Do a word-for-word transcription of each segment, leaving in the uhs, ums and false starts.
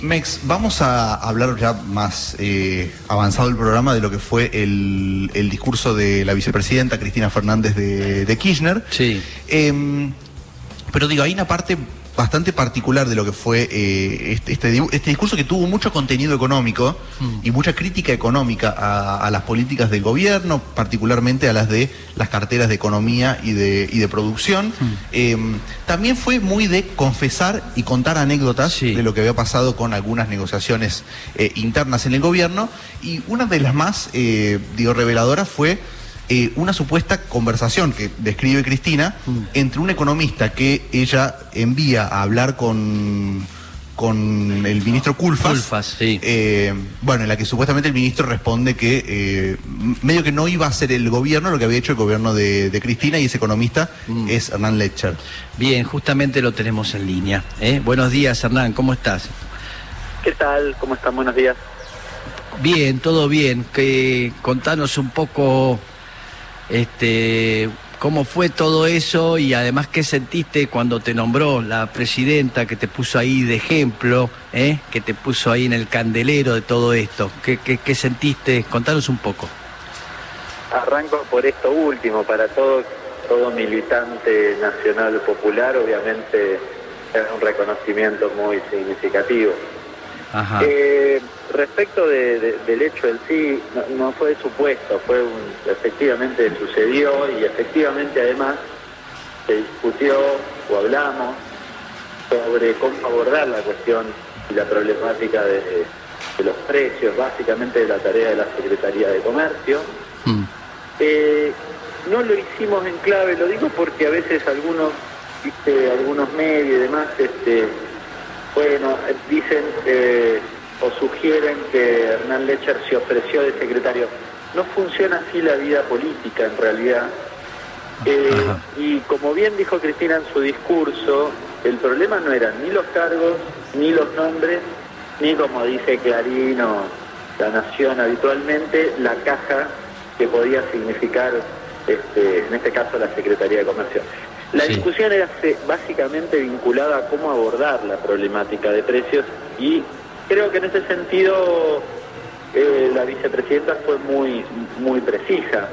Mex, vamos a hablar ya más eh, avanzado el programa de lo que fue el, el discurso de la vicepresidenta Cristina Fernández de, de Kirchner. Sí. Eh, pero digo, hay una parte bastante particular de lo que fue eh, este, este, este discurso que tuvo mucho contenido económico mm. y mucha crítica económica a, a las políticas del gobierno, particularmente a las de las carteras de economía y de, y de producción. Mm. Eh, también fue muy de confesar y contar anécdotas sí. de lo que había pasado con algunas negociaciones eh, internas en el gobierno, y una de las más eh, digo, reveladoras fue Eh, una supuesta conversación que describe Cristina mm. entre un economista que ella envía a hablar con, con el ministro Culfas, Culfas sí. eh, bueno, en la que supuestamente el ministro responde que eh, medio que no iba a hacer el gobierno lo que había hecho el gobierno de, de Cristina, y ese economista mm. es Hernán Lecher. Bien, justamente lo tenemos en línea. ¿eh? Buenos días, Hernán, ¿cómo estás? ¿Qué tal? ¿Cómo están? Buenos días. Bien, todo bien. Que, contanos un poco Este, ¿cómo fue todo eso? Y además, ¿qué sentiste cuando te nombró la presidenta, que te puso ahí de ejemplo, eh? que te puso ahí en el candelero de todo esto? ¿Qué, qué, qué sentiste? Contanos un poco. Arranco por esto último. Para todo, todo militante nacional popular, obviamente es un reconocimiento muy significativo. Ajá. Eh, respecto de, de, del hecho en sí, no, no fue supuesto, fue un, efectivamente sucedió, y efectivamente además se discutió o hablamos sobre cómo abordar la cuestión y la problemática de, de los precios, básicamente de la tarea de la Secretaría de Comercio. Mm. Eh, no lo hicimos en clave, lo digo porque a veces algunos, viste, algunos medios y demás, este bueno, dicen eh, o sugieren que Hernán Lecher se ofreció de secretario. No funciona así la vida política, en realidad. Eh, y como bien dijo Cristina en su discurso, el problema no eran ni los cargos, ni los nombres, ni, como dice Clarín o La Nación habitualmente, la caja que podía significar, este, en este caso, la Secretaría de Comercio. La sí. discusión era básicamente vinculada a cómo abordar la problemática de precios, y creo que en ese sentido eh, la vicepresidenta fue muy, muy precisa.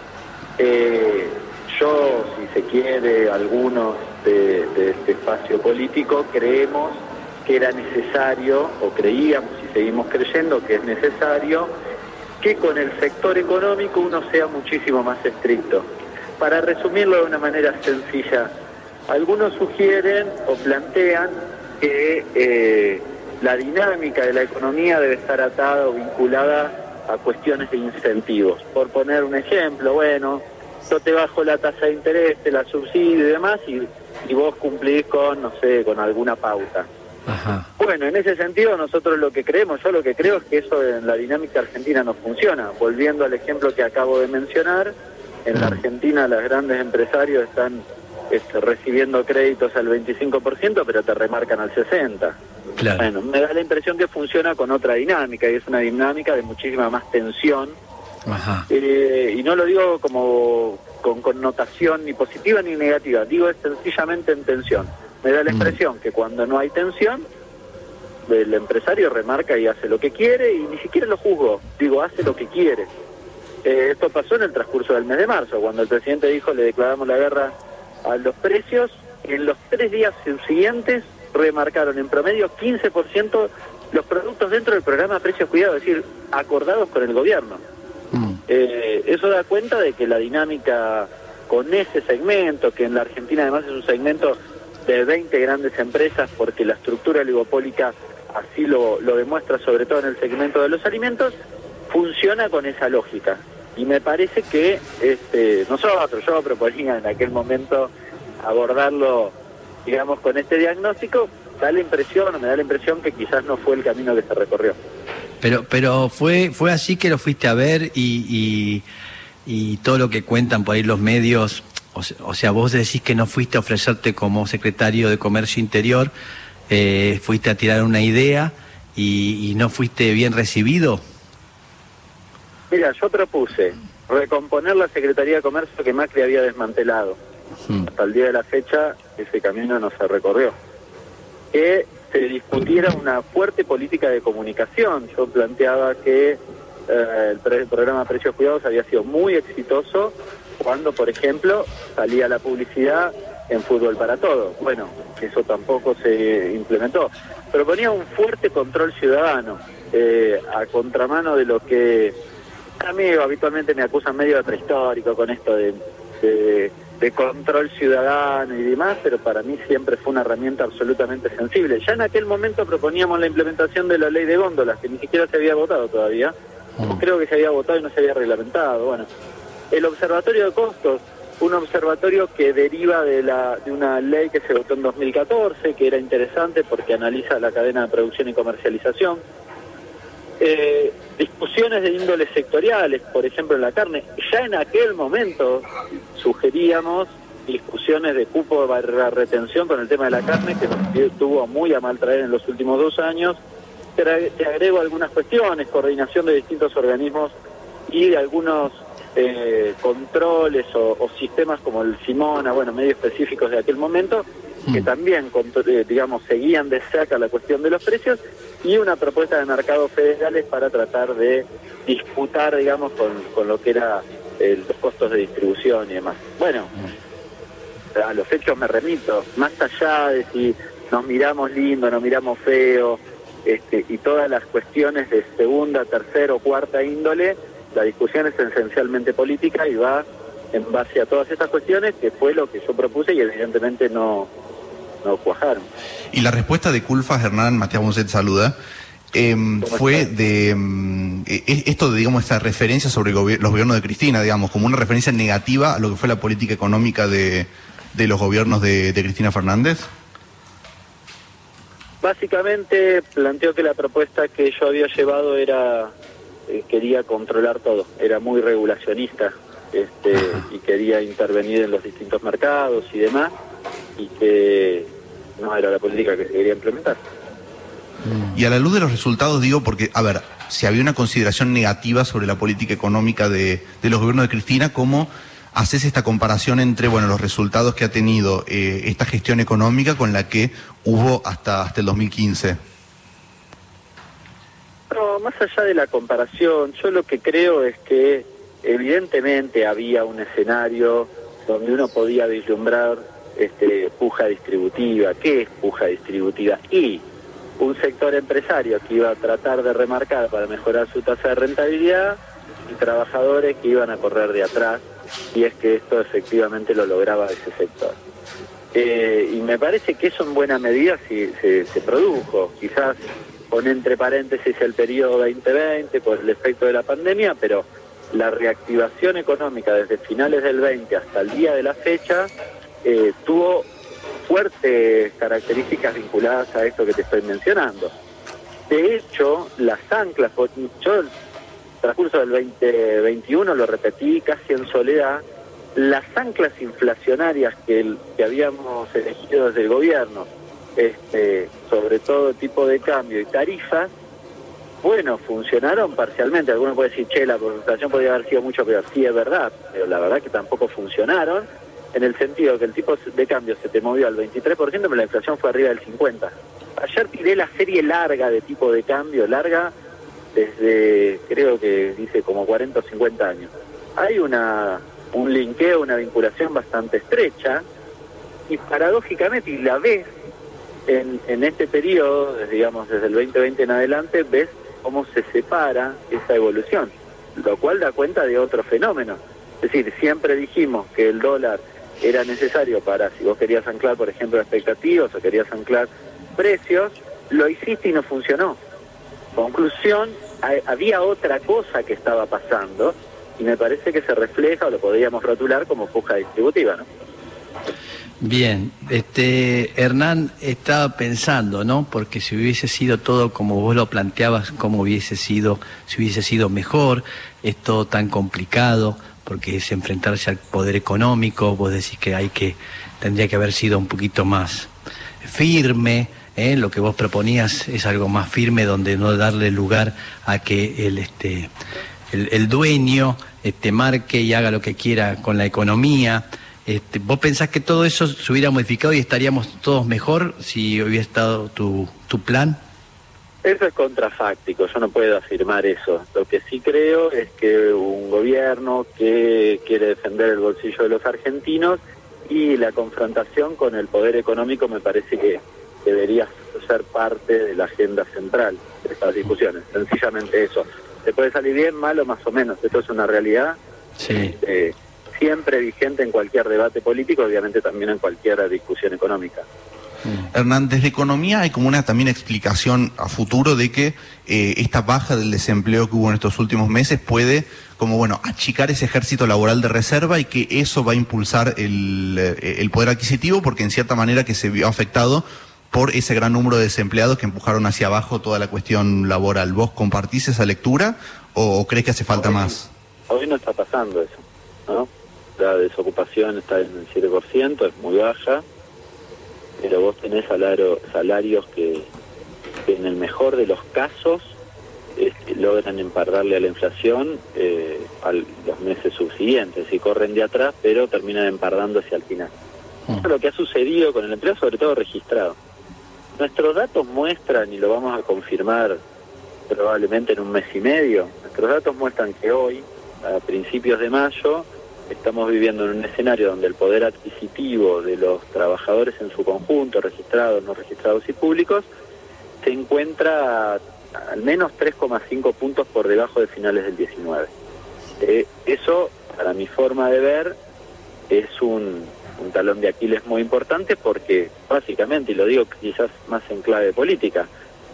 Eh, yo, si se quiere, algunos de, de este espacio político creemos que era necesario, o creíamos y seguimos creyendo que es necesario, que con el sector económico uno sea muchísimo más estricto. Para resumirlo de una manera sencilla, algunos sugieren o plantean que eh, la dinámica de la economía debe estar atada o vinculada a cuestiones de incentivos. Por poner un ejemplo, bueno, yo te bajo la tasa de interés, te la subsidio y demás, y, y vos cumplís con, no sé, con alguna pauta. Ajá. Bueno, en ese sentido nosotros lo que creemos, yo lo que creo es que eso en la dinámica argentina no funciona. Volviendo al ejemplo que acabo de mencionar, en la Argentina los grandes empresarios están este, recibiendo créditos al veinticinco por ciento, pero te remarcan al sesenta por ciento. Claro. Bueno, me da la impresión que funciona con otra dinámica, y es una dinámica de muchísima más tensión. Ajá. Eh, y no lo digo como con connotación ni positiva ni negativa, digo es sencillamente en tensión. Me da la impresión mm. que cuando no hay tensión, el empresario remarca y hace lo que quiere, y ni siquiera lo juzgo, digo, hace lo que quiere. Eh, esto pasó en el transcurso del mes de marzo, cuando el presidente dijo le declaramos la guerra a los precios. En los tres días siguientes remarcaron en promedio quince por ciento los productos dentro del programa Precios Cuidados, es decir, acordados con el gobierno. Mm. Eh, eso da cuenta de que la dinámica con ese segmento, que en la Argentina además es un segmento de veinte grandes empresas, porque la estructura oligopólica así lo, lo demuestra, sobre todo en el segmento de los alimentos, funciona con esa lógica. Y me parece que este, nosotros, yo proponía en aquel momento abordarlo, digamos, con este diagnóstico. Da la impresión, o me da la impresión que quizás no fue el camino que se recorrió. Pero pero fue fue así que lo fuiste a ver, y, y, y todo lo que cuentan por ahí los medios, o sea, o sea, vos decís que no fuiste a ofrecerte como secretario de Comercio Interior, eh, fuiste a tirar una idea y, y no fuiste bien recibido. Mira, yo propuse recomponer la Secretaría de Comercio que Macri había desmantelado. Hmm. Hasta el día de la fecha ese camino no se recorrió. Que se discutiera una fuerte política de comunicación. Yo planteaba que eh, el, pre el programa Precios Cuidados había sido muy exitoso cuando, por ejemplo, salía la publicidad en Fútbol para Todos. Bueno, eso tampoco se implementó. Proponía un fuerte control ciudadano, eh, a contramano de lo que a mí habitualmente me acusan medio de prehistórico con esto de, de, de control ciudadano y demás, pero para mí siempre fue una herramienta absolutamente sensible. Ya en aquel momento proponíamos la implementación de la ley de góndolas, que ni siquiera se había votado todavía. Mm. Creo que se había votado y no se había reglamentado. Bueno, el observatorio de costos, un observatorio que deriva de, la, de una ley que se votó en dos mil catorce, que era interesante porque analiza la cadena de producción y comercialización. Eh, discusiones de índoles sectoriales, por ejemplo en la carne. Ya en aquel momento sugeríamos discusiones de cupo barra retención con el tema de la carne, que nos tuvo muy a mal traer en los últimos dos años. Te, te agrego algunas cuestiones, coordinación de distintos organismos y de algunos eh, controles o, o sistemas como el Simona, bueno, medio específicos de aquel momento, que también, digamos, seguían de cerca la cuestión de los precios, y una propuesta de mercados federales para tratar de disputar, digamos, con, con lo que era eh, los costos de distribución y demás. Bueno, a los hechos me remito, más allá de si nos miramos lindo, nos miramos feo, este, y todas las cuestiones de segunda, tercera o cuarta índole, la discusión es esencialmente política y va en base a todas estas cuestiones, que fue lo que yo propuse y evidentemente no... no cuajaron. Y la respuesta de Culfas, Hernán, Matías Bonset saluda, eh, fue está? de eh, esto, de, digamos, esta referencia sobre el gobi los gobiernos de Cristina, digamos, como una referencia negativa a lo que fue la política económica de, de los gobiernos de, de Cristina Fernández. Básicamente planteó que la propuesta que yo había llevado era, eh, quería controlar todo, era muy regulacionista, este, y quería intervenir en los distintos mercados y demás, y que no era la política que se quería implementar. Y a la luz de los resultados, digo, porque, a ver, si había una consideración negativa sobre la política económica de, de los gobiernos de Cristina, ¿cómo haces esta comparación entre, bueno, los resultados que ha tenido eh, esta gestión económica con la que hubo hasta, hasta el dos mil quince? No, más allá de la comparación, yo lo que creo es que evidentemente había un escenario donde uno podía vislumbrar este, puja distributiva. ¿Qué es puja distributiva? Y un sector empresario que iba a tratar de remarcar para mejorar su tasa de rentabilidad y trabajadores que iban a correr de atrás, y es que esto efectivamente lo lograba ese sector. Eh, y me parece que eso en buena medida sí, se, se produjo, quizás con entre paréntesis el periodo veinte veinte por el efecto de la pandemia, pero la reactivación económica desde finales del veinte hasta el día de la fecha eh, tuvo fuertes características vinculadas a esto que te estoy mencionando. De hecho, las anclas, yo el transcurso del veinte veintiuno lo repetí casi en soledad, las anclas inflacionarias que, el, que habíamos elegido desde el gobierno, este, sobre todo tipo de cambio y tarifas, bueno, funcionaron parcialmente. Alguno puede decir, che, la inflación podría haber sido mucho peor. Sí, es verdad, pero la verdad que tampoco funcionaron, en el sentido que el tipo de cambio se te movió al veintitrés por ciento, pero la inflación fue arriba del cincuenta por ciento. Ayer tiré la serie larga de tipo de cambio, larga desde, creo que dice como cuarenta o cincuenta años. Hay una un linkeo, una vinculación bastante estrecha, y paradójicamente, y la ves en, en este periodo, digamos desde el veinte veinte en adelante, ves cómo se separa esa evolución, lo cual da cuenta de otro fenómeno. Es decir, siempre dijimos que el dólar era necesario para, si vos querías anclar, por ejemplo, expectativas o querías anclar precios, lo hiciste y no funcionó. Conclusión, había otra cosa que estaba pasando, y me parece que se refleja, o lo podríamos rotular como puja distributiva, ¿no? Bien, este Hernán, estaba pensando, ¿no? Porque si hubiese sido todo como vos lo planteabas, cómo hubiese sido, si hubiese sido mejor, es todo tan complicado, porque es enfrentarse al poder económico. Vos decís que hay que, tendría que haber sido un poquito más firme, ¿eh? Lo que vos proponías es algo más firme, donde no darle lugar a que el este el, el dueño este marque y haga lo que quiera con la economía. Este, ¿Vos pensás que todo eso se hubiera modificado y estaríamos todos mejor si hubiera estado tu, tu plan? Eso es contrafáctico, yo no puedo afirmar eso. Lo que sí creo es que un gobierno que quiere defender el bolsillo de los argentinos y la confrontación con el poder económico me parece que debería ser parte de la agenda central de estas discusiones. Sencillamente eso. Se puede salir bien, mal o más o menos. Esto es una realidad Sí. eh, siempre vigente en cualquier debate político, obviamente también en cualquier discusión económica. Hernán, desde economía hay como una también explicación a futuro de que eh, esta baja del desempleo que hubo en estos últimos meses puede, como bueno, achicar ese ejército laboral de reserva y que eso va a impulsar el, el poder adquisitivo, porque en cierta manera que se vio afectado por ese gran número de desempleados que empujaron hacia abajo toda la cuestión laboral. ¿Vos compartís esa lectura o, o crees que hace falta hoy, más? Hoy no está pasando eso, ¿no? La desocupación está en el siete por ciento, es muy baja, pero vos tenés salario, salarios que, que en el mejor de los casos este, logran empardarle a la inflación eh, a los meses subsiguientes y corren de atrás, pero terminan empardándose al final. Eso es lo que ha sucedido con el empleo, sobre todo registrado. Nuestros datos muestran, y lo vamos a confirmar probablemente en un mes y medio, nuestros datos muestran que hoy, a principios de mayo, estamos viviendo en un escenario donde el poder adquisitivo de los trabajadores en su conjunto, registrados, no registrados y públicos, se encuentra al menos tres coma cinco puntos por debajo de finales del diecinueve. Eh, eso, para mi forma de ver, es un, un talón de Aquiles muy importante porque, básicamente, y lo digo quizás más en clave política,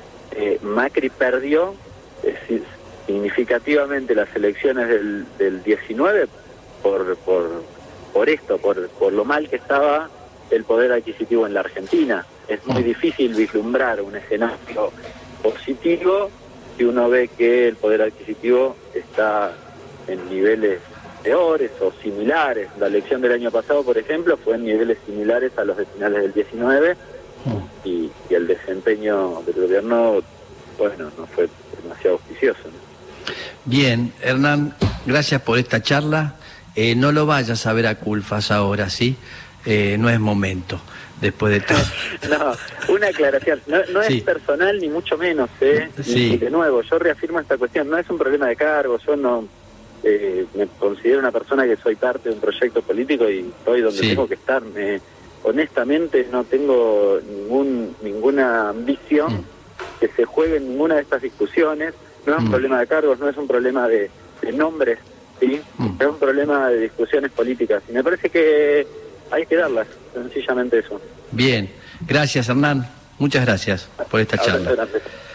eh, Macri perdió es decir, significativamente las elecciones del, del diecinueve por por por esto, por, por lo mal que estaba el poder adquisitivo en la Argentina. Es muy difícil vislumbrar un escenario positivo si uno ve que el poder adquisitivo está en niveles peores o similares. La elección del año pasado, por ejemplo, fue en niveles similares a los de finales del diecinueve y, y el desempeño del gobierno, bueno, no fue demasiado auspicioso, ¿no? Bien, Hernán, gracias por esta charla. Eh, no lo vayas a ver a Culfas ahora, ¿sí? Eh, no es momento, después de todo. No, una aclaración. No, no Sí. es personal ni mucho menos, ¿eh? Sí. Y de nuevo, yo reafirmo esta cuestión. No es un problema de cargo. Yo no eh, me considero una persona que soy parte de un proyecto político y estoy donde Sí. tengo que estar. Me, honestamente, no tengo ningún ninguna ambición Mm. que se juegue en ninguna de estas discusiones. No es un Mm. problema de cargos, no es un problema de, de nombres, ¿sí? Mm. Es un problema de discusiones políticas. Y me parece que hay que darlas, sencillamente eso. Bien, gracias, Hernán. Muchas gracias por esta Abrazo charla. grande.